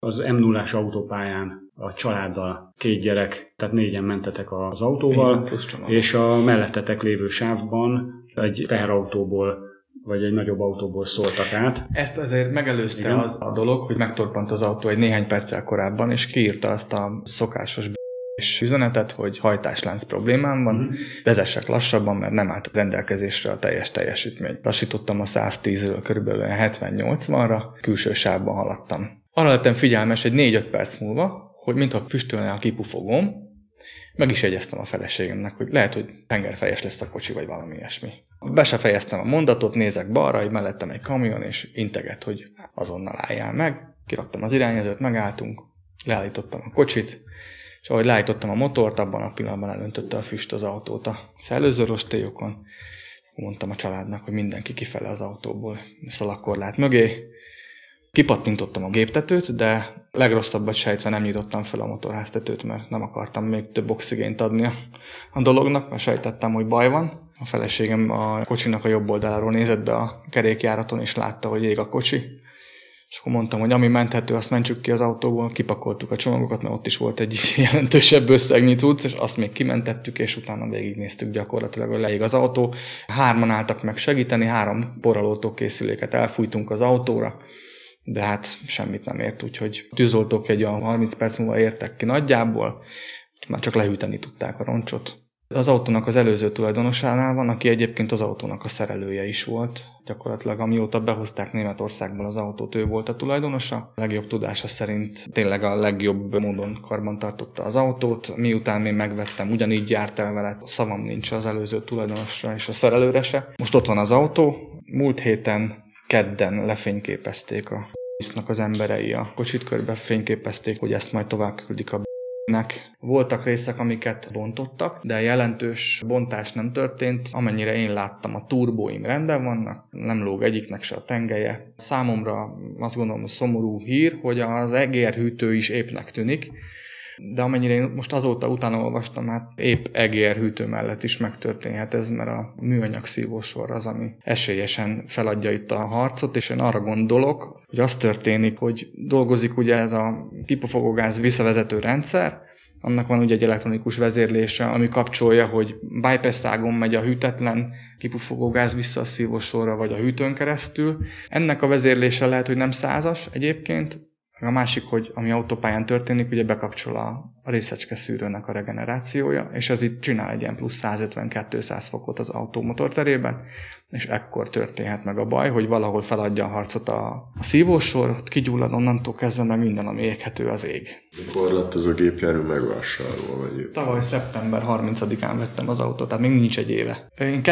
Az M0-ás autópályán a családdal 2 gyerek, tehát 4-en mentetek az autóval, és a mellettetek lévő sávban egy teherautóból vagy egy nagyobb autóból szóltak át. Ezt azért megelőzte az a dolog, hogy megtorpant az autó egy néhány perccel korábban, és kiírta azt a szokásos üzenetet, hogy hajtáslánc problémám van, vezessek lassabban, mert nem állt rendelkezésre a teljes teljesítmény. Lassítottam a 110-ről körülbelül 70-80-ra, külső sávban haladtam. Arra lettem figyelmes egy 4-5 perc múlva, hogy mintha füstölne a kipufogóm, meg is jegyeztem a feleségemnek, hogy lehet, hogy tengerfejes lesz a kocsi, vagy valami ilyesmi. Be se fejeztem a mondatot, nézek balra, hogy mellettem egy kamion, és integet, hogy azonnal álljál meg. Kiraktam az irányezőt, megálltunk, leállítottam a kocsit, és ahogy leállítottam a motort, abban a pillanatban elöntötte a füst az autót a szellőző rostélyokon. Mondtam a családnak, hogy mindenki kifele az autóból, szalagkorlát mögé. Kipattintottam a géptetőt, de legrosszabbat sejtve nem nyitottam fel a motorháztetőt, mert nem akartam még több oxigént adni a dolognak, mert sejtettem, hogy baj van. A feleségem a kocsinak a jobb oldaláról nézett be a kerékjáraton, és látta, hogy ég a kocsi. És akkor mondtam, hogy ami menthető, azt mentsük ki az autóból, kipakoltuk a csomagokat, mert ott is volt egy jelentősebb összegnyi cucc, és azt még kimentettük, és utána végignéztük gyakorlatilag, hogy leég az autó. 3-an álltak meg segíteni, 3 porralótó készüléket elfújtunk az autóra, de hát semmit nem ért, úgyhogy tűzoltók egy olyan 30 perc múlva értek ki nagyjából, már csak lehűteni tudták a roncsot. Az autónak az előző tulajdonosánál van, aki egyébként az autónak a szerelője is volt. Gyakorlatilag amióta behozták Németországból az autót, ő volt a tulajdonosa. A legjobb tudása szerint tényleg a legjobb módon karbantartotta az autót. Miután én megvettem, ugyanígy járt el vele. Szavam nincs az előző tulajdonosra és a szerelőre se. Most ott van az autó. Múlt héten kedden lefényképezték a nak az emberei a kocsit, körbe fényképezték, hogy ezt majd tovább küldik a nek. Voltak részek, amiket bontottak, de jelentős bontás nem történt. Amennyire én láttam, a turbóim rendben vannak, nem lóg egyiknek se a tengelye. Számomra azt gondolom, szomorú hír, hogy az EGR hűtő is épnek tűnik, de amennyire én most azóta utána olvastam, hát épp EGR hűtő mellett is megtörténhet ez, mert a műanyag szívósor az, ami esélyesen feladja itt a harcot, és én arra gondolok, hogy az történik, hogy dolgozik ugye ez a kipufogógáz visszavezető rendszer, annak van ugye egy elektronikus vezérlése, ami kapcsolja, hogy bypass ágon megy a hűtetlen kipufogógáz vissza a szívósorra, vagy a hűtőn keresztül. Ennek a vezérlése lehet, hogy nem 100-as egyébként. A másik, hogy ami autópályán történik, ugye bekapcsol a részecske szűrőnek a regenerációja, és ez itt csinál egy ilyen plusz 150-200 fokot az autó motorterében, és ekkor történhet meg a baj, hogy valahol feladja a harcot a szívósor, ott kigyullad, onnantól kezdve, mert minden, ami éghető, az ég. Mikor lett ez a gépjármű megvásárolva? Tavaly szeptember 30-án vettem az autót, tehát még nincs egy éve. Én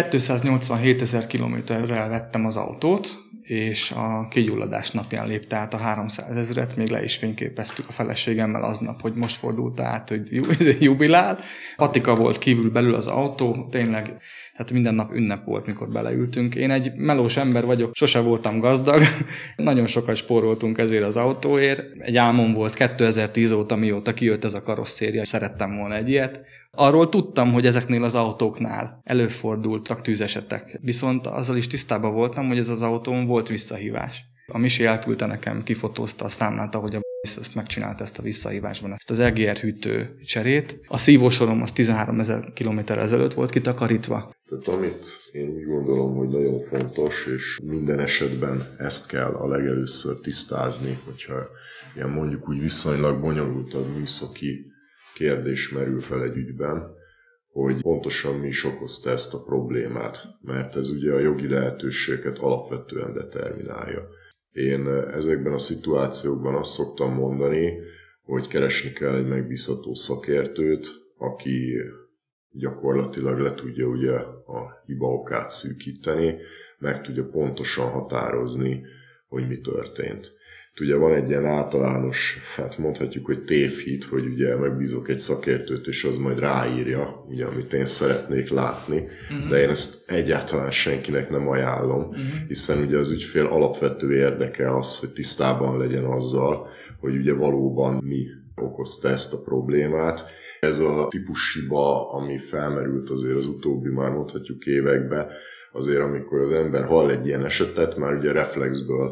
287 000 kilométerrel vettem az autót, és a kigyulladás napján lépte át a 300 000-et, még le is fényképeztük a feleségemmel aznap, hogy most fordult át, hogy jubilál. Patika volt kívül belül az autó, tényleg, tehát minden nap ünnep volt, mikor beleültünk. Én egy melós ember vagyok, sose voltam gazdag, nagyon sokat spóroltunk ezért az autóért. Egy álmom volt 2010 óta, mióta kijött ez a karosszéria, szerettem volna egy ilyet. Arról tudtam, hogy ezeknél az autóknál előfordultak tűzesetek, viszont azzal is tisztában voltam, hogy ez az autón volt visszahívás. A Misi elküldte nekem, kifotózta a számlát, ahogy a ezt megcsinálta ezt a visszahívásban, ezt az EGR hűtő cserét. A szívósorom az 13 000 kilométerrel ezelőtt volt kitakarítva. Tehát amit én úgy gondolom, hogy nagyon fontos, és minden esetben ezt kell a legelőször tisztázni, hogyha ilyen mondjuk úgy viszonylag bonyolultabb műszaki kérdés merül fel egy ügyben, hogy pontosan mi is okozta ezt a problémát, mert ez ugye a jogi lehetőségeket alapvetően determinálja. Én ezekben a szituációkban azt szoktam mondani, hogy keresni kell egy megbízható szakértőt, aki gyakorlatilag le tudja ugye a hiba okát szűkíteni, meg tudja pontosan határozni, hogy mi történt. Ugye van egy ilyen általános, hát mondhatjuk, hogy tévhit, hogy ugye megbízok egy szakértőt, és az majd ráírja, ugye, amit én szeretnék látni, de én ezt egyáltalán senkinek nem ajánlom, hiszen ugye az ügyfél alapvető érdeke az, hogy tisztában legyen azzal, hogy ugye valóban mi okozta ezt a problémát. Ez a típus hiba, ami felmerült azért az utóbbi, már mondhatjuk években, azért amikor az ember hall egy ilyen esetet, már ugye reflexből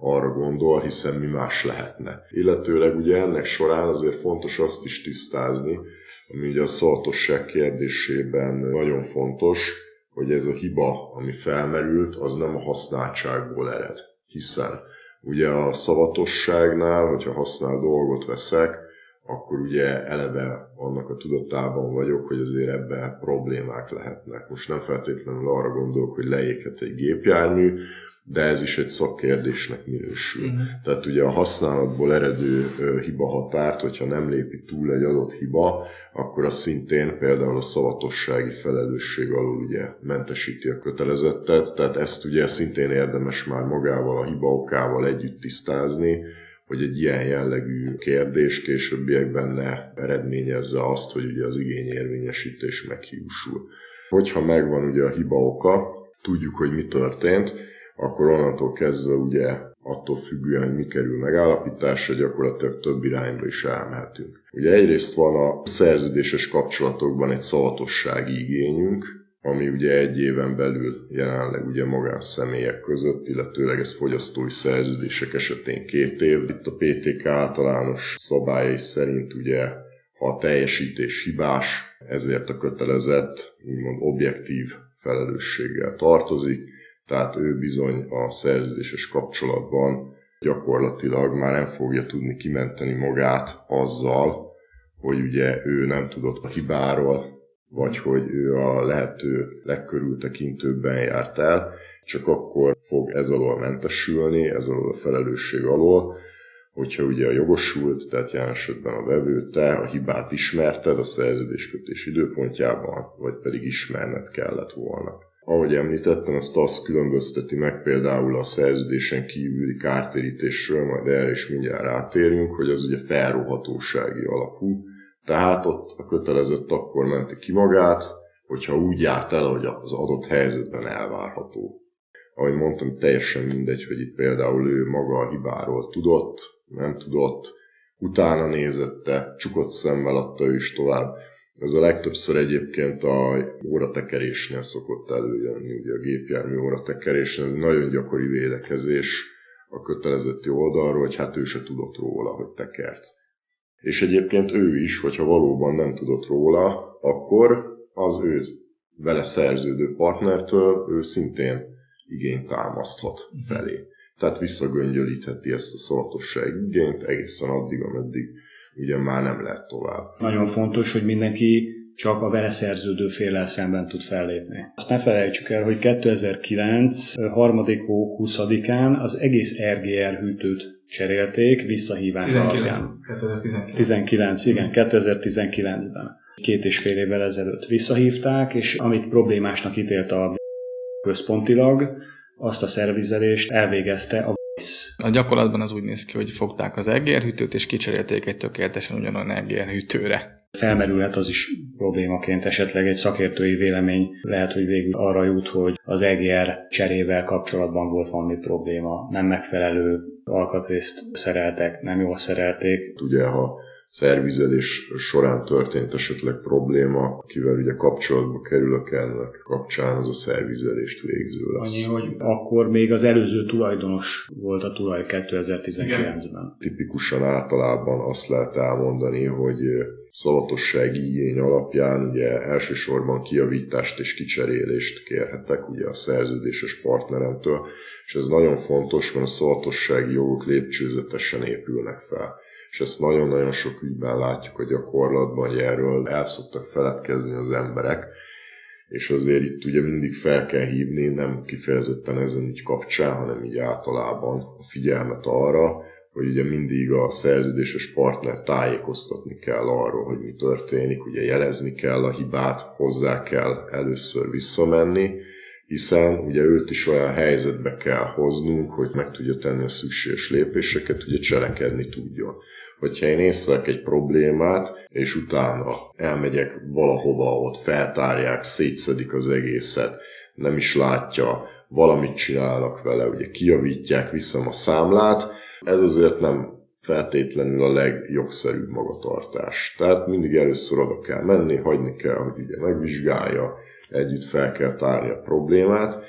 arra gondol, hiszen mi más lehetne. Illetőleg ugye ennek során azért fontos azt is tisztázni, ami ugye a szavatosság kérdésében nagyon fontos, hogy ez a hiba, ami felmerült, az nem a használtságból ered. Hiszen ugye a szavatosságnál, hogyha használ dolgot veszek, akkor ugye eleve annak a tudatában vagyok, hogy azért ebben problémák lehetnek. Most nem feltétlenül arra gondolok, hogy leéghet egy gépjármű, de ez is egy szakkérdésnek minősül. Tehát ugye a használatból eredő hiba határt, hogyha nem lépi túl egy adott hiba, akkor az szintén például a szavatossági felelősség alól ugye mentesíti a kötelezettet, tehát ezt ugye szintén érdemes már magával a hiba okával együtt tisztázni, hogy egy ilyen jellegű kérdés későbbiekben ne eredményezze azt, hogy ugye az igényérvényesítés meghiúsul. Hogyha megvan ugye a hiba oka, tudjuk, hogy mi történt, akkor onnantól kezdve ugye attól függően, hogy mi kerül megállapításra, gyakorlatilag több irányba is elmehetünk. Ugye egyrészt van a szerződéses kapcsolatokban egy szavatossági igényünk, ami ugye egy éven belül jelenleg ugye magánszemélyek között, illetőleg ez fogyasztói szerződések esetén 2 év. Itt a PTK általános szabályai szerint ugye, ha a teljesítés hibás, ezért a kötelezett, úgymond objektív felelősséggel tartozik, tehát ő bizony a szerződéses kapcsolatban gyakorlatilag már nem fogja tudni kimenteni magát azzal, hogy ugye ő nem tudott a hibáról, vagy hogy ő a lehető legkörültekintőbben járt el, csak akkor fog ez alól mentesülni, ez alól a felelősség alól, hogyha ugye a jogosult, tehát jelen esetben a vevő, te a hibát ismerted a szerződéskötés időpontjában, vagy pedig ismerned kellett volna. Ahogy említettem, ezt azt különbözteti meg például a szerződésen kívüli kártérítésről, majd erre is mindjárt rátérünk, hogy az ugye felróhatósági alapú. Tehát ott a kötelezett akkor menti ki magát, hogyha úgy járt el, hogy az adott helyzetben elvárható. Ahogy mondtam, teljesen mindegy, hogy itt például ő maga a hibáról tudott, nem tudott, utána nézette, csukott szemmel adta ő is tovább. Ez a legtöbbször egyébként a óratekerésnél szokott előjönni, ugye a gépjármű óratekerésnél, ez nagyon gyakori védekezés a kötelezetti oldalról, hogy hát ő se tudott róla, hogy tekert. És egyébként ő is, hogyha valóban nem tudott róla, akkor az ő vele szerződő partnertől ő szintén igényt támaszthat felé. Tehát visszagöngyölítheti ezt a szavatosság igényt egészen addig, ameddig ugye már nem lehet tovább. Nagyon fontos, hogy mindenki csak a vele szerződő féllel szemben tud fellépni. Azt ne felejtsük el, hogy 2009. 3. hó 20-án az egész RGR hűtőt cserélték visszahívás alapján. 2019, igen, 2019-ben. 2,5 évvel ezelőtt visszahívták, és amit problémásnak ítélt a központilag, azt a szervizelést elvégezte a VISZ. A gyakorlatban az úgy néz ki, hogy fogták az RGR hűtőt, és kicserélték egy tökéletesen ugyanolyan RGR hűtőre. Felmerülhet az is problémaként, esetleg egy szakértői vélemény lehet, hogy végül arra jut, hogy az EGR cserével kapcsolatban volt valami probléma, nem megfelelő alkatrészt szereltek, nem jól szerelték. Ugye, ha szervizelés során történt esetleg probléma, akivel ugye kapcsolatba kerülök ennek kapcsán, az a szervizelést végző lesz. Annyi, hogy akkor még az előző tulajdonos volt a tulaj 2019-ben. Tipikusan általában azt lehet elmondani, hogy szavatossági igény alapján ugye elsősorban kijavítást és kicserélést kérhetek ugye a szerződéses partneremtől, és ez nagyon fontos, mert a szavatossági jogok lépcsőzetesen épülnek fel. És ezt nagyon-nagyon sok ügyben látjuk a gyakorlatban, hogy erről el szoktak feledkezni az emberek, és azért itt ugye mindig fel kell hívni, nem kifejezetten ezen ügy kapcsán, hanem így általában a figyelmet arra, hogy ugye mindig a szerződéses partner tájékoztatni kell arról, hogy mi történik, ugye jelezni kell a hibát, hozzá kell először visszamenni, hiszen ugye őt is olyan helyzetbe kell hoznunk, hogy meg tudja tenni a szükséges lépéseket, ugye cselekedni tudjon. Hogyha én észlelek egy problémát, és utána elmegyek valahova, ott feltárják, szétszedik az egészet, nem is látja, valamit csinálnak vele, ugye kijavítják, viszem a számlát, ez azért nem feltétlenül a legjogszerűbb magatartás. Tehát mindig először oda kell menni, hagyni kell, hogy ugye megvizsgálja, együtt fel kell tárni a problémát,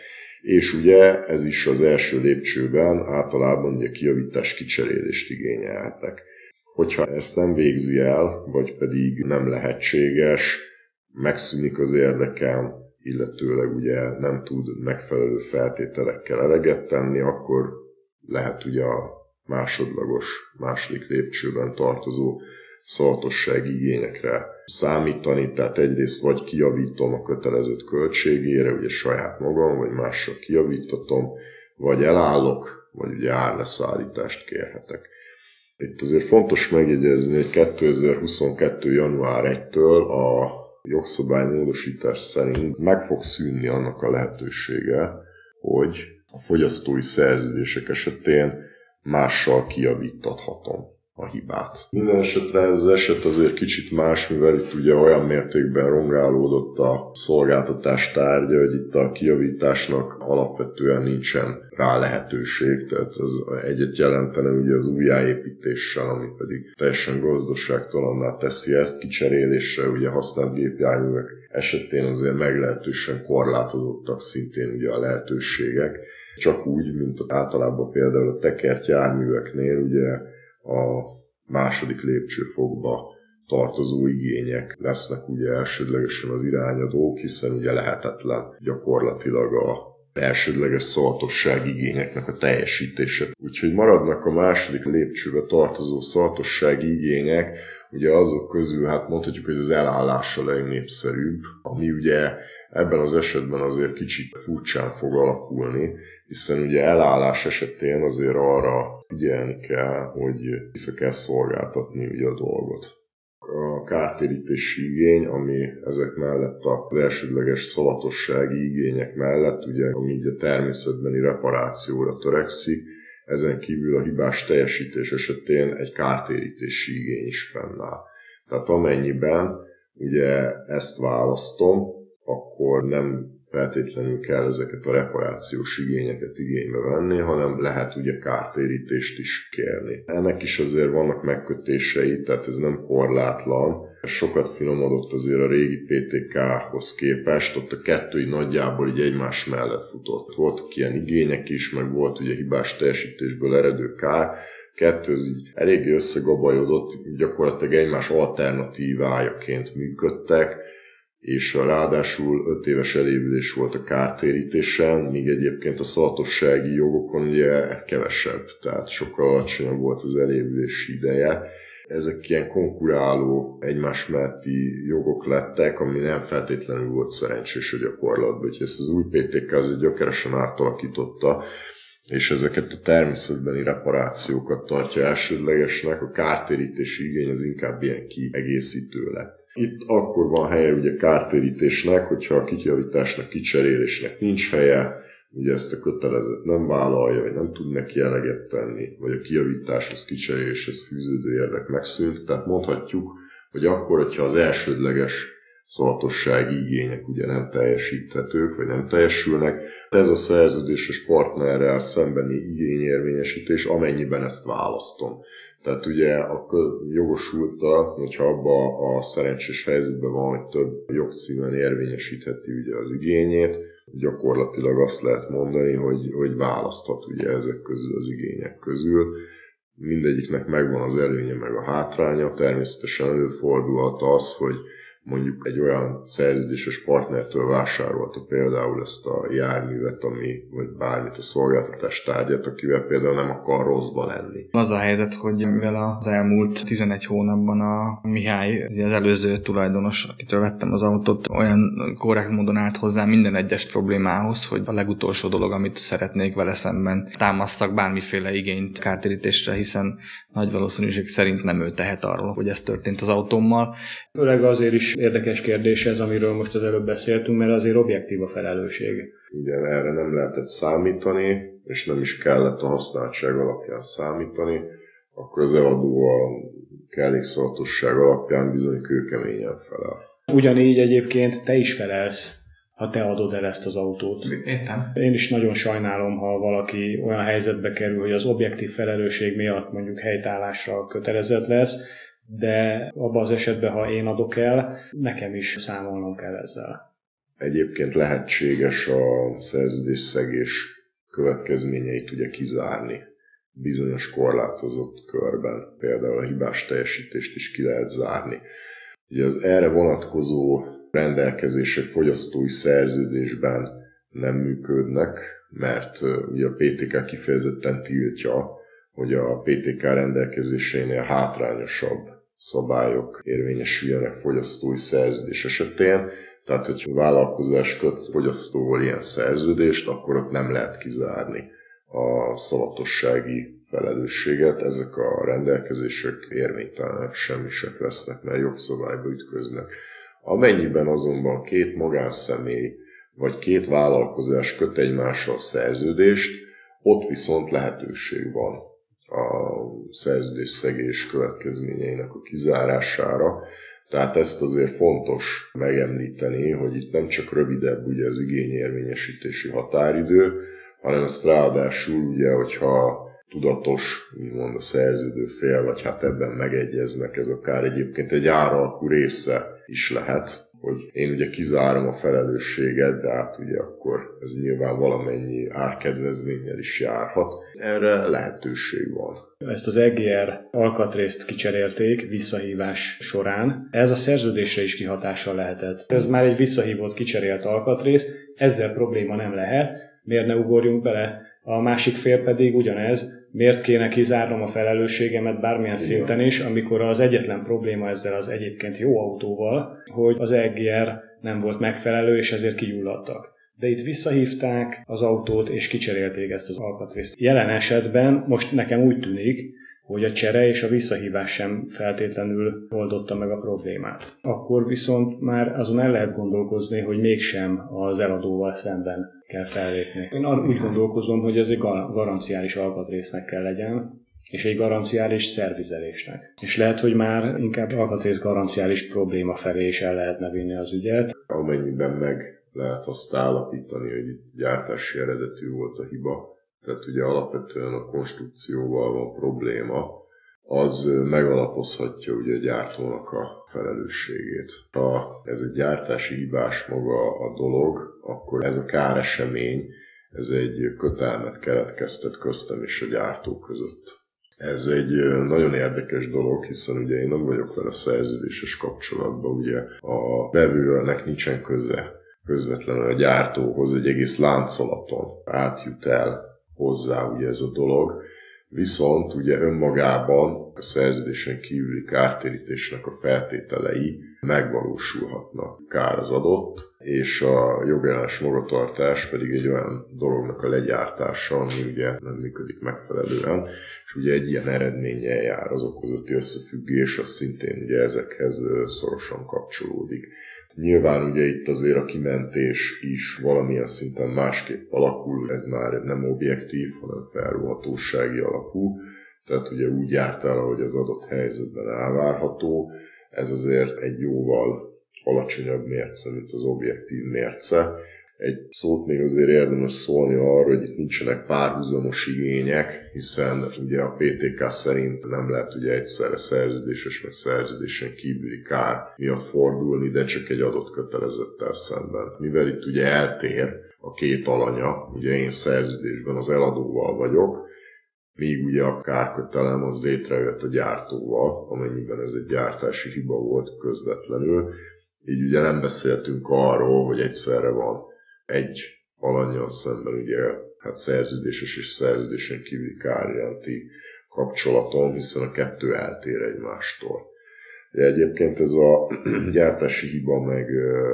És ugye ez is az első lépcsőben általában ugye kijavítás, kicserélést igényelhetek. Hogyha ezt nem végzi el, vagy pedig nem lehetséges, megszűnik az érdekem, illetőleg ugye nem tud megfelelő feltételekkel eleget tenni, akkor lehet ugye a másodlagos, második lépcsőben tartozó szavatosság igényekre számítani, tehát egyrészt vagy kijavítom a kötelezett költségére, ugye saját magam, vagy mással kijavítatom, vagy elállok, vagy ugye árleszállítást kérhetek. Itt azért fontos megjegyezni, hogy 2022. január 1-től a jogszabálymódosítás szerint meg fog szűnni annak a lehetősége, hogy a fogyasztói szerződések esetén mással kijavíthatom a hibát. Minden esetre ez az eset azért kicsit más, mivel itt ugye olyan mértékben rongálódott a szolgáltatás tárgya, hogy itt a kijavításnak alapvetően nincsen rá lehetőség, tehát ez egyet jelentene ugye az újjáépítéssel, ami pedig teljesen gazdaságtalanná teszi ezt, kicseréléssel ugye használt gépjárművek esetén azért meglehetősen korlátozottak szintén ugye a lehetőségek, csak úgy, mint általában például a tekert járműveknél ugye a második lépcsőfokba tartozó igények lesznek ugye elsődlegesen az irányadók, hiszen ugye lehetetlen gyakorlatilag a elsődleges szavatosság igényeknek a teljesítése. Úgyhogy maradnak a második lépcsőbe tartozó szavatossági igények, ugye azok közül hát mondhatjuk, hogy az elállás a legnépszerűbb, ami ugye ebben az esetben azért kicsit furcsán fog alakulni, hiszen ugye elállás esetén azért arra figyelni kell, hogy vissza kell szolgáltatni ugye a dolgot. A kártérítési igény, ami ezek mellett az elsődleges szavatossági igények mellett, ugye, ami így a természetbeni reparációra törekszik, ezen kívül a hibás teljesítés esetén egy kártérítési igény is fennáll. Tehát amennyiben ugye ezt választom, akkor nem feltétlenül kell ezeket a reparációs igényeket igénybe venni, hanem lehet ugye kártérítést is kérni. Ennek is azért vannak megkötései, tehát ez nem korlátlan. Sokat finomodott azért a régi PTK-hoz képest, ott a kettő így nagyjából így egymás mellett futott. Voltak ilyen igények is, meg volt ugye hibás teljesítésből eredő kár. Kettő az így eléggé összegabajodott, gyakorlatilag egymás alternatívájaként működtek, és ráadásul 5 éves elévülés volt a kártérítésen, míg egyébként a szavatossági jogokon ugye kevesebb, tehát sokkal alacsonyabb volt az elévülési ideje. Ezek ilyen konkuráló egymás melletti jogok lettek, ami nem feltétlenül volt szerencsés a gyakorlatban, úgyhogy ezt az új PTK azért gyökeresen átalakította, és ezeket a természetbeni reparációkat tartja elsődlegesnek, a kártérítési igény az inkább ilyen kiegészítő lett. Itt akkor van helye ugye kártérítésnek, hogyha a kijavításnak, kicserélésnek nincs helye, ugye ezt a kötelezet nem vállalja, vagy nem tud neki eleget tenni, vagy a kijavításhoz, kicseréléshez fűződő érdek megszűnt, tehát mondhatjuk, hogy akkor, hogyha az elsődleges szavatossági igények ugye nem teljesíthetők, vagy nem teljesülnek. Ez a szerződéses partnerrel szembeni igényérvényesítés, amennyiben ezt választom. Tehát ugye a jogosulta, hogyha abban a szerencsés helyzetben van, hogy több jogcímen érvényesítheti ugye az igényét, gyakorlatilag azt lehet mondani, hogy választhat ugye ezek közül az igények közül. Mindegyiknek megvan az előnye meg a hátránya, természetesen előfordulhat az, hogy mondjuk egy olyan szerződéses partnertől vásárolta például ezt a járművet, vagy bármit a szolgáltatás tárgyát, akivel például nem akar rosszba lenni. Az a helyzet, hogy mivel az elmúlt 11 hónapban a Mihály, az előző tulajdonos, akitől vettem az autót, olyan korrekt módon állt hozzá minden egyes problémához, hogy a legutolsó dolog, amit szeretnék vele szemben támasztak bármiféle igényt kártérítésre, hiszen nagy valószínűség szerint nem ő tehet arról, hogy ez történt az autómmal. Főleg azért is érdekes kérdés ez, amiről most az előbb beszéltünk, mert azért objektív a felelősség. Igen, erre nem lehetett számítani, és nem is kellett a használtság alapján számítani, akkor az eladó a kellékszavatosság alapján bizony kőkeményen felel. Ugyanígy egyébként te is felelsz, ha te adod el ezt az autót. Értem. Én is nagyon sajnálom, ha valaki olyan helyzetbe kerül, hogy az objektív felelősség miatt mondjuk helytállásra kötelezett lesz, de abban az esetben, ha én adok el, nekem is számolnom kell ezzel. Egyébként lehetséges a szerződésszegés következményeit ugye kizárni bizonyos korlátozott körben, például a hibás teljesítést is ki lehet zárni. Ugye az erre vonatkozó rendelkezések fogyasztói szerződésben nem működnek, mert ugye a PTK kifejezetten tiltja, hogy a PTK rendelkezéseinél hátrányosabb szabályok érvényesüljenek fogyasztói szerződés esetén. Tehát, hogyha a vállalkozás köt fogyasztóval ilyen szerződést, akkor ott nem lehet kizárni a szavatossági felelősséget. Ezek a rendelkezések érvénytelenek, semmisek lesznek, mert jogszabályba ütköznek. Amennyiben azonban két magánszemély vagy két vállalkozás köt egymással szerződést, ott viszont lehetőség van a szerződésszegés következményeinek a kizárására. Tehát ezt azért fontos megemlíteni, hogy itt nem csak rövidebb ugye az igényérvényesítési határidő, hanem ezt ráadásul ugye, hogyha tudatos, úgymond a szerződő fél, vagy hát ebben megegyeznek, ez akár egyébként egy áralkú része is lehet, hogy én ugye kizárom a felelősséget, de hát ugye akkor ez nyilván valamennyi árkedvezménnyel is járhat. Erre lehetőség van. Ezt az EGR alkatrészt kicserélték visszahívás során. Ez a szerződésre is kihatással lehetett. Ez már egy visszahívott, kicserélt alkatrész, ezzel probléma nem lehet, miért ne ugorjunk bele? A másik fél pedig ugyanez, miért kéne kizárnom a felelősségemet bármilyen szinten is, amikor az egyetlen probléma ezzel az egyébként jó autóval, hogy az EGR nem volt megfelelő, és ezért kigyulladtak. De itt visszahívták az autót, és kicserélték ezt az alkatrészt. Jelen esetben most nekem úgy tűnik, hogy a csere és a visszahívás sem feltétlenül oldotta meg a problémát. Akkor viszont már azon el lehet gondolkozni, hogy mégsem az eladóval szemben kell fellépni. Én úgy gondolkozom, hogy ez egy garanciális alkatrésznek kell legyen, és egy garanciális szervizelésnek. És lehet, hogy már inkább alkatrész garanciális probléma felé is el lehetne vinni az ügyet. Amennyiben meg lehet azt állapítani, hogy itt gyártási eredetű volt a hiba, tehát ugye alapvetően a konstrukcióval van probléma, az megalapozhatja ugye a gyártónak a felelősségét. Ha ez egy gyártási hibás maga a dolog, akkor ez a káresemény, ez egy kötelmet keletkeztet köztem és a gyártó között. Ez egy nagyon érdekes dolog, hiszen ugye én nem vagyok vele szerződéses kapcsolatban, ugye a vevőnek nincsen köze közvetlenül a gyártóhoz, egy egész láncolaton átjut el hozzá ugye ez a dolog, viszont ugye önmagában a szerződésen kívüli kártérítésnek a feltételei megvalósulhatnak. Kár az adott, és a jogellenes magatartás pedig egy olyan dolognak a legyártása, ami ugye nem működik megfelelően, és ugye egy ilyen eredménnyel jár az okozati összefüggés, az szintén ugye ezekhez szorosan kapcsolódik. Nyilván ugye itt azért a kimentés is valamilyen szinten másképp alakul, ez már nem objektív, hanem felruhatósági alapú, tehát ugye úgy járt el, ahogy az adott helyzetben elvárható, ez azért egy jóval alacsonyabb mérce, mint az objektív mérce. Egy szót még azért érdemes szólni arra, hogy itt nincsenek párhuzamos igények, hiszen ugye a PTK szerint nem lehet ugye egyszerre szerződéses meg szerződésen kívüli kár miatt fordulni, de csak egy adott kötelezettel szemben. Mivel itt ugye eltér a két alanya, ugye én szerződésben az eladóval vagyok, míg ugye a kárkötelem az létrejött a gyártóval, amennyiben ez egy gyártási hiba volt közvetlenül. Így ugye nem beszéltünk arról, hogy egyszerre van egy alannyal szemben ugye hát szerződéses és szerződésen kívüli kár iránti kapcsolaton, hiszen a kettő eltér egymástól. De egyébként ez a gyártási hiba meg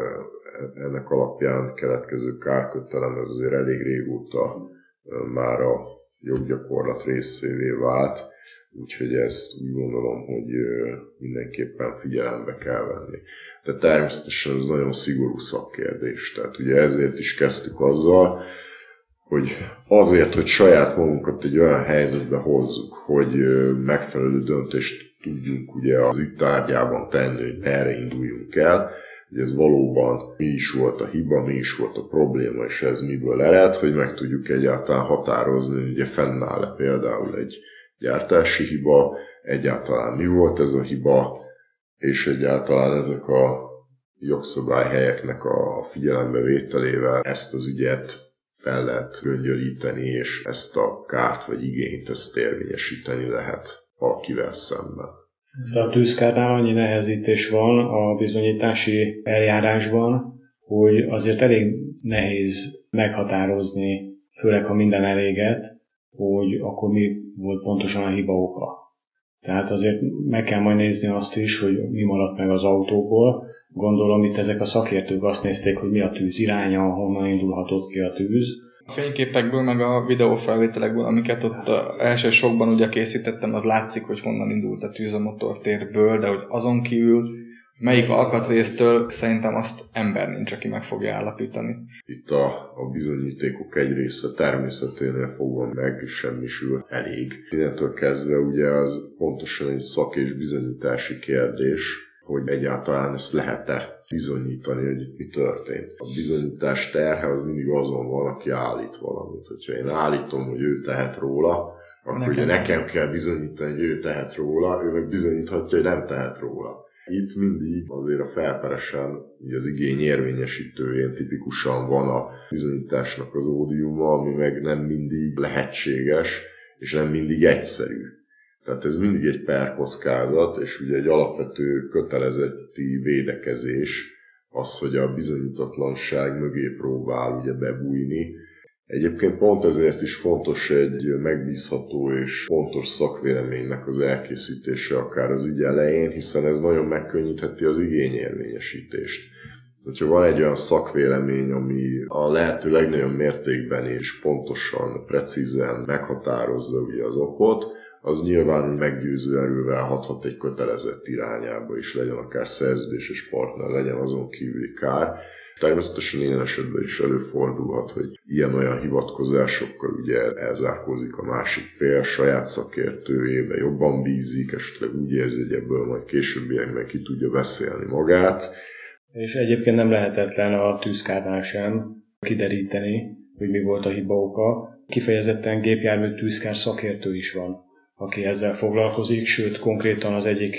ennek alapján keletkező kárkötelem, ez azért elég régóta már a joggyakorlat részévé vált, úgyhogy ezt úgy gondolom, hogy mindenképpen figyelembe kell venni. De természetesen ez nagyon szigorú szakkérdés, tehát ugye ezért is kezdtük azzal, hogy azért, hogy saját magunkat egy olyan helyzetbe hozzuk, hogy megfelelő döntést tudjunk ugye az ügy tárgyában tenni, hogy erre induljunk el, hogy ez valóban mi is volt a hiba, mi is volt a probléma, és ez miből ered, hogy meg tudjuk egyáltalán határozni, hogy ugye fennáll-e például egy gyártási hiba, egyáltalán mi volt ez a hiba, és egyáltalán ezek a jogszabályhelyeknek a figyelembevételével ezt az ügyet fel lehet göngyölíteni, és ezt a kárt vagy igényt ezt érvényesíteni lehet valakivel szemben. De a tűzkárnál annyi nehezítés van a bizonyítási eljárásban, hogy azért elég nehéz meghatározni, főleg ha minden eléget, hogy akkor mi volt pontosan a hiba oka. Tehát azért meg kell majd nézni azt is, hogy mi maradt meg az autóból. Gondolom itt ezek a szakértők azt nézték, hogy mi a tűz iránya, honnan indulhatott ki a tűz. A fényképekből, meg a videófelvételekből, amiket ott első sokban ugye készítettem, az látszik, hogy honnan indult a tűz a motortérből, de hogy azon kívül melyik alkatrésztől szerintem azt ember nincs, aki meg fogja állapítani. Itt a bizonyítékok egy része természeténél fogva megsemmisül elég. Innentől kezdve ugye az pontosan egy szak- és bizonyítási kérdés, hogy egyáltalán ezt lehet-e bizonyítani, hogy itt mi történt. A bizonyítás terhe az mindig azon van, aki állít valamit. Hogyha én állítom, hogy ő tehet róla, akkor ugye nekem kell bizonyítani, hogy ő tehet róla, ő meg bizonyíthatja, hogy nem tehet róla. Itt mindig azért a felperesen, ugye az igény érvényesítőjén tipikusan van a bizonyításnak az ódiuma, ami meg nem mindig lehetséges, és nem mindig egyszerű. Tehát ez mindig egy perkockázat, és ugye egy alapvető kötelezeti védekezés az, hogy a bizonyítatlanság mögé próbál ugye bebújni. Egyébként pont ezért is fontos egy megbízható és pontos szakvéleménynek az elkészítése akár az ügy elején, hiszen ez nagyon megkönnyítheti az igényérvényesítést. Hogyha van egy olyan szakvélemény, ami a lehető legnagyobb mértékben és pontosan, precízen meghatározza ugye az okot, az nyilván meggyőző erővel hathat egy kötelezett irányába is, legyen akár szerződéses partner, legyen azon kívüli kár. Természetesen ilyen esetben is előfordulhat, hogy ilyen-olyan hivatkozásokkal ugye elzárkózik a másik fél, saját szakértőjébe jobban bízik, esetleg úgy érzi, hogy ebből majd későbbiekben ki tudja beszélni magát. És egyébként nem lehetetlen a tűzkárnál sem kideríteni, hogy mi volt a hiba oka. Kifejezetten gépjármű tűzkár szakértő is van, aki ezzel foglalkozik, sőt konkrétan az egyik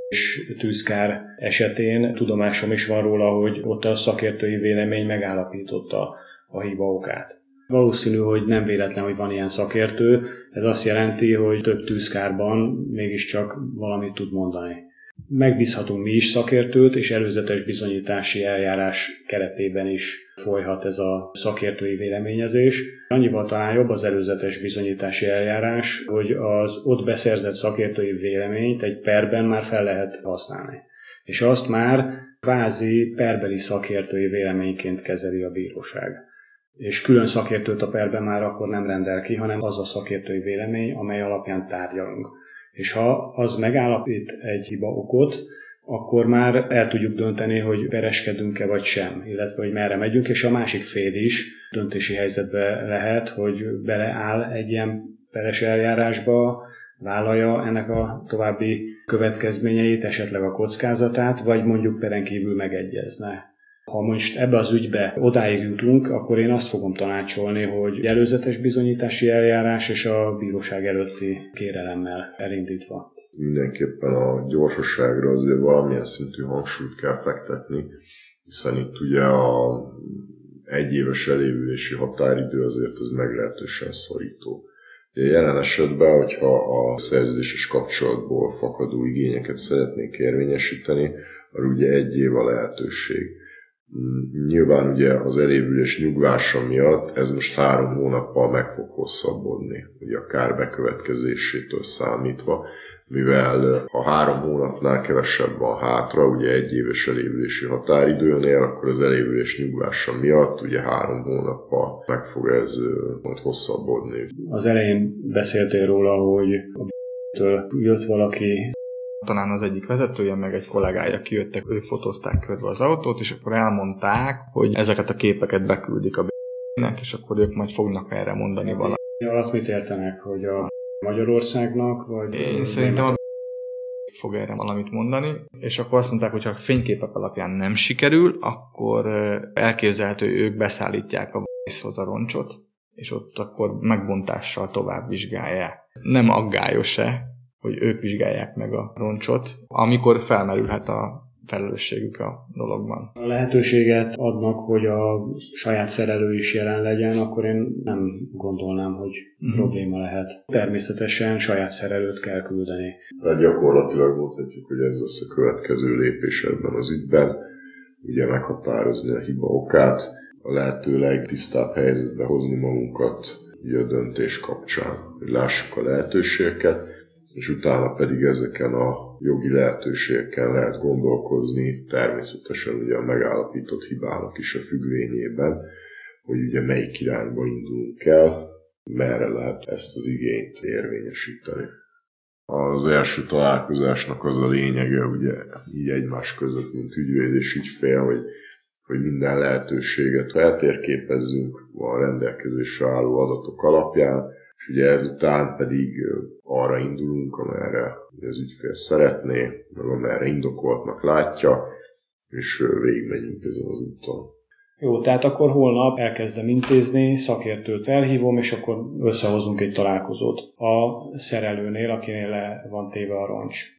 tűzkár esetén tudomásom is van róla, hogy ott a szakértői vélemény megállapította a hiba okát. Valószínű, hogy nem véletlen, hogy van ilyen szakértő, ez azt jelenti, hogy több tűzkárban mégiscsak valamit tud mondani. Megbízhatunk mi is szakértőt, és előzetes bizonyítási eljárás keretében is folyhat ez a szakértői véleményezés. Annyival talán jobb az előzetes bizonyítási eljárás, hogy az ott beszerzett szakértői véleményt egy perben már fel lehet használni. És azt már kvázi perbeli szakértői véleményként kezeli a bíróság. És külön szakértőt a perben már akkor nem rendel ki, hanem az a szakértői vélemény, amely alapján tárgyalunk. És ha az megállapít egy hiba okot, akkor már el tudjuk dönteni, hogy pereskedünk-e vagy sem, illetve hogy merre megyünk, és a másik fél is döntési helyzetbe lehet, hogy beleáll egy ilyen peres eljárásba, vállalja ennek a további következményeit, esetleg a kockázatát, vagy mondjuk peren kívül megegyezne. Ha most ebbe az ügybe odáig jutunk, akkor én azt fogom tanácsolni, hogy előzetes bizonyítási eljárás és a bíróság előtti kérelemmel elindítva. Mindenképpen a gyorsaságra azért valamilyen szintű hangsúlyt kell fektetni, hiszen itt ugye a egyéves elévülési határidő azért ez meglehetősen szorító. Jelen esetben, hogyha a szerződéses kapcsolatból fakadó igényeket szeretnénk érvényesíteni, akkor ugye 1 év a lehetőség. Nyilván ugye az elévülés nyugvása miatt ez most 3 hónappal meg fog hosszabbodni, ugye a kár bekövetkezésétől számítva, mivel ha 3 hónapnál kevesebb van hátra, ugye 1 éves elévülési határidőnél, akkor az elévülés nyugvása miatt ugye 3 hónappal meg fog ez majd hosszabbodni. Az elején beszéltél róla, hogy a jött valaki, talán az egyik vezetője, meg egy kollégája kijöttek, ők fotózták körbe az autót, és akkor elmondták, hogy ezeket a képeket beküldik a b***nek, és akkor ők majd fognak erre mondani valamit. Alatt mit értenek, hogy a Magyarországnak, vagy... Én szerintem a fog erre valamit mondani, és akkor azt mondták, hogy ha a fényképek alapján nem sikerül, akkor elképzelhető, ők beszállítják a b***hoz a roncsot, és ott akkor megbontással tovább vizsgálják. Nem aggályos-e, hogy ők vizsgálják meg a roncsot, amikor felmerülhet a felelősségük a dologban. A lehetőséget adnak, hogy a saját szerelő is jelen legyen, akkor én nem gondolnám, hogy probléma lehet. Természetesen saját szerelőt kell küldeni. Tehát gyakorlatilag mondhatjuk, hogy ez lesz a következő lépés ebben az ügyben. Ugye meghatározni a hiba okát, a lehető legtisztább helyzetbe hozni magunkat ugye a döntés kapcsán, hogy lássuk a lehetőségeket, és utána pedig ezeken a jogi lehetőségekkel lehet gondolkozni, természetesen ugye a megállapított hibának is a függvényében, hogy ugye melyik irányba indulunk el, merre lehet ezt az igényt érvényesíteni. Az első találkozásnak az a lényege, ugye így egymás között, mint ügyvéd és ügyfél, hogy minden lehetőséget feltérképezzünk a rendelkezésre álló adatok alapján, és ugye ezután pedig arra indulunk, amerre az ügyfél szeretné, meg amerre indokoltnak látja, és végigmegyünk ezen az úton. Jó, tehát akkor holnap elkezdem intézni, szakértőt elhívom, és akkor összehozunk egy találkozót a szerelőnél, akinél le van téve a roncs.